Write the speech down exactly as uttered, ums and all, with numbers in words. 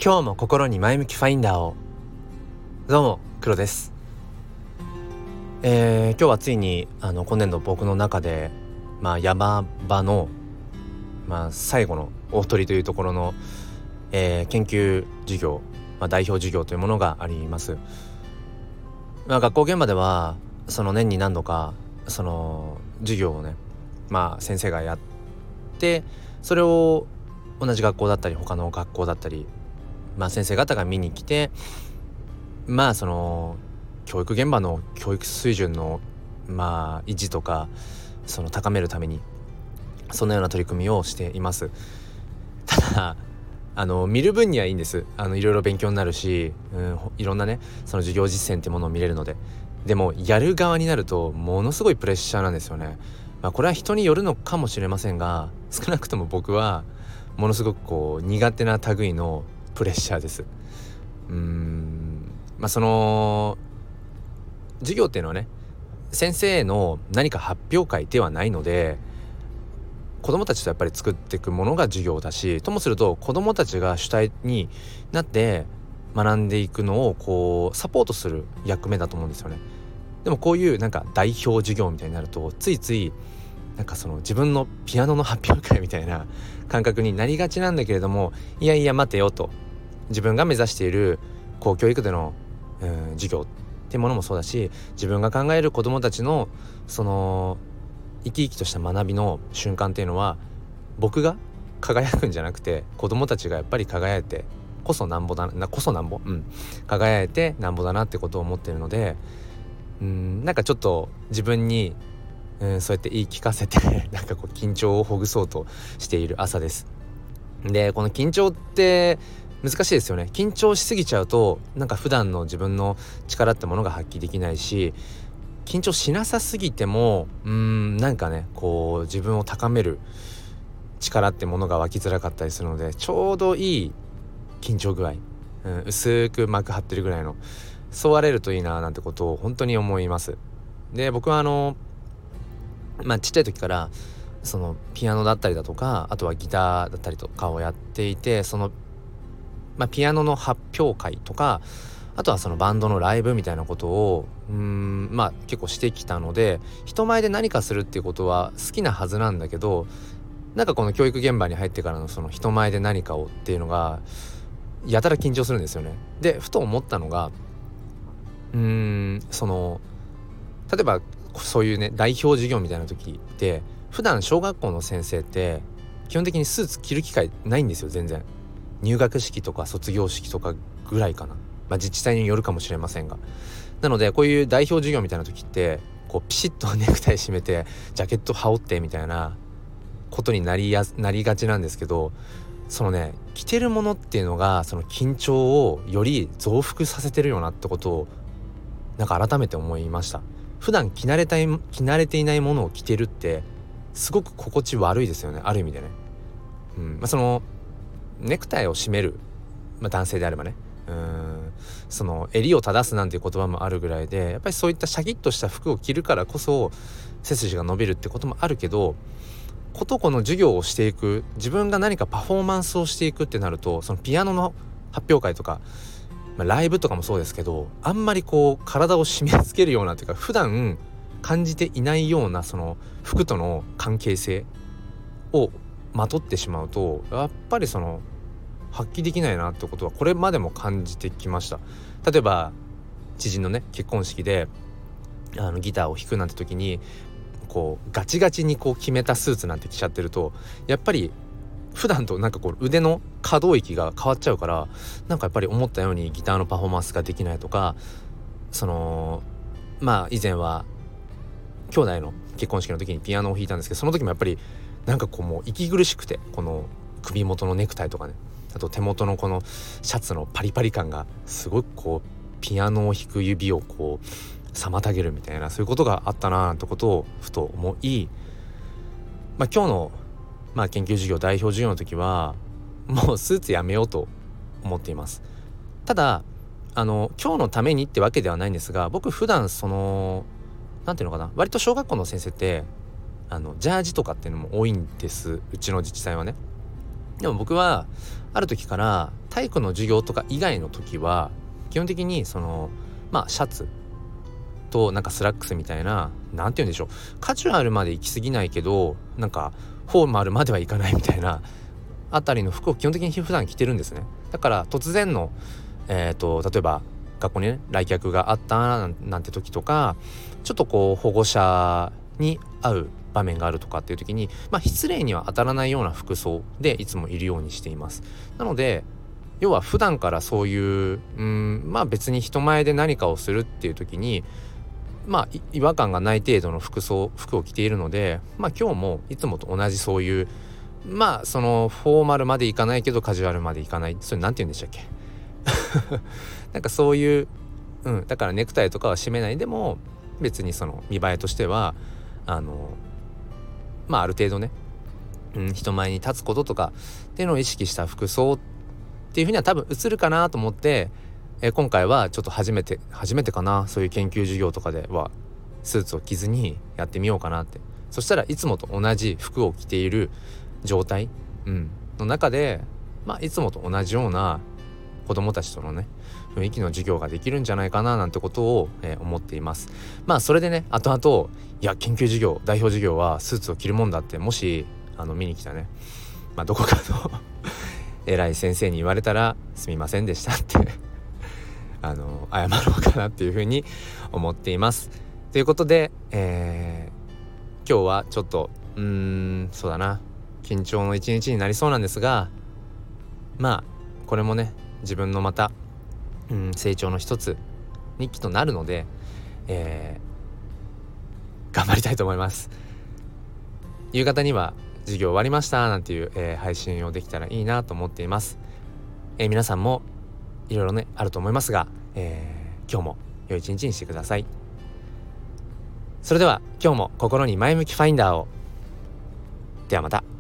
今日も心に前向きファインダーを。どうも黒です。えー、今日はついにあの今年度僕の中で、まあ、山場の、まあ、最後の大鳥というところの、えー、研究授業、まあ、代表授業というものがあります。まあ、学校現場ではその年に何度かその授業をね、まあ、先生がやってそれを同じ学校だったり他の学校だったり、まあ、先生方が見に来て、まあその教育現場の教育水準のまあ維持とかその高めるためにそのような取り組みをしています。ただあの見る分にはいいんです。あのいろいろ勉強になるし、うん、いろんなねその授業実践っていうものを見れるので。でもやる側になるとものすごいプレッシャーなんですよね。まあ、これは人によるのかもしれませんが、少なくとも僕はものすごくこう苦手な類のプレッシャーです。うーんまあその授業っていうのはね、先生の何か発表会ではないので、子どもたちとやっぱり作っていくものが授業だし、ともすると子どもたちが主体になって学んでいくのをこうサポートする役目だと思うんですよね。でもこういうなんか代表授業みたいになるとついついなんかその自分のピアノの発表会みたいな感覚になりがちなんだけれども、いやいや待てよと、自分が目指している公教育での、うん、授業ってものもそうだし、自分が考える子どもたちのその生き生きとした学びの瞬間っていうのは僕が輝くんじゃなくて子どもたちがやっぱり輝いてこそなんぼだなこそなんぼ、うん、輝いてなんぼだなってことを思ってるので、うんなんかちょっと自分に、うん、そうやって言い聞かせてなんかこう緊張をほぐそうとしている朝です。でこの緊張って難しいですよね。緊張しすぎちゃうとなんか普段の自分の力ってものが発揮できないし、緊張しなさすぎてもうーんなんかねこう自分を高める力ってものが湧きづらかったりするので、ちょうどいい緊張具合、うん、薄く膜張ってるぐらいのそうあれるといいななんてことを本当に思います。で僕はあのまあちっちゃい時からそのピアノだったりだとか、あとはギターだったりとかをやっていて、そのまあ、ピアノの発表会とか、あとはそのバンドのライブみたいなことをうーんまあ結構してきたので、人前で何かするっていうことは好きなはずなんだけど、なんかこの教育現場に入ってからのその人前で何かをっていうのがやたら緊張するんですよね。でふと思ったのが、うーんその例えばそういうね代表授業みたいな時って普段小学校の先生って基本的にスーツ着る機会ないんですよ。全然入学式とか卒業式とかぐらいかな、まあ、自治体によるかもしれませんが、なのでこういう代表授業みたいな時ってこうピシッとネクタイ締めてジャケット羽織ってみたいなことになりやなりがちなんですけど、そのね着てるものっていうのがその緊張をより増幅させてるよなってことをなんか改めて思いました。普段着慣れたい着慣れていないものを着てるってすごく心地悪いですよね、ある意味でね。うんまあ、そのネクタイを締める、まあ、男性であればね、うーんその襟を正すなんていう言葉もあるぐらいで、やっぱりそういったシャキッとした服を着るからこそ背筋が伸びるってこともあるけど、ことこの授業をしていく、自分が何かパフォーマンスをしていくってなると、そのピアノの発表会とか、まあ、ライブとかもそうですけど、あんまりこう体を締め付けるようなというか普段感じていないようなその服との関係性をまとってしまうと、やっぱりその発揮できないなってことはこれまでも感じてきました。例えば知人のね結婚式であのギターを弾くなんて時にこうガチガチにこう決めたスーツなんて着ちゃってると、やっぱり普段となんかこう腕の可動域が変わっちゃうから、なんかやっぱり思ったようにギターのパフォーマンスができないとか、そのまあ以前は兄弟の結婚式の時にピアノを弾いたんですけど、その時もやっぱりなんかこうもう息苦しくて、この首元のネクタイとかね、あと手元のこのシャツのパリパリ感がすごくこうピアノを弾く指をこう妨げるみたいな、そういうことがあったなーってことをふと思い、まあ、今日の、まあ、研究授業代表授業の時はもうスーツやめようと思っています。ただあの今日のためにってわけではないんですが、僕普段そのなんていうのかな、割と小学校の先生ってあのジャージとかっていうのも多いんです、うちの自治体はね。 でも僕はある時から体育の授業とか以外の時は基本的にそのまあシャツとなんかスラックスみたいな、なんて言うんでしょう、カジュアルまで行き過ぎないけどなんかフォーマルまではいかないみたいなあたりの服を基本的に普段着てるんですね。だから突然のえーと例えば学校にね来客があったなんて時とか、ちょっとこう保護者に会う場面があるとかっていう時に、まあ失礼には当たらないような服装でいつもいるようにしています。なので要は普段からそういううんまあ別に人前で何かをするっていう時にまあ違和感がない程度の服装服を着ているので、まあ今日もいつもと同じそういうまあそのフォーマルまでいかないけどカジュアルまでいかない、それなんて言うんでしたっけなんかそういう、うん、だからネクタイとかは締めないでも別にその見栄えとしてはあのまあある程度ね、うん、人前に立つこととかっていうのを意識した服装っていうふうには多分映るかなと思って、え今回はちょっと初めて初めてかな、そういう研究授業とかではスーツを着ずにやってみようかなって。そしたらいつもと同じ服を着ている状態、うん、の中で、まあ、いつもと同じような子供たちとのね雰囲気の授業ができるんじゃないかななんてことを、えー、思っています。まあそれでね後々いや研究授業代表授業はスーツを着るもんだってもしあの見に来たね、まあ、どこかの偉い先生に言われたらすみませんでしたってあの謝ろうかなっていうふうに思っています。ということで、えー、今日はちょっとうーんそうだな緊張の一日になりそうなんですが、まあこれもね自分のまた、うん、成長の一つにきっとなるので、えー、頑張りたいと思います。夕方には授業終わりましたなんていう、えー、配信をできたらいいなと思っています。えー、皆さんもいろいろねあると思いますが、えー、今日も良い一日にしてください。それでは今日も心に前向きファインダーを。ではまた。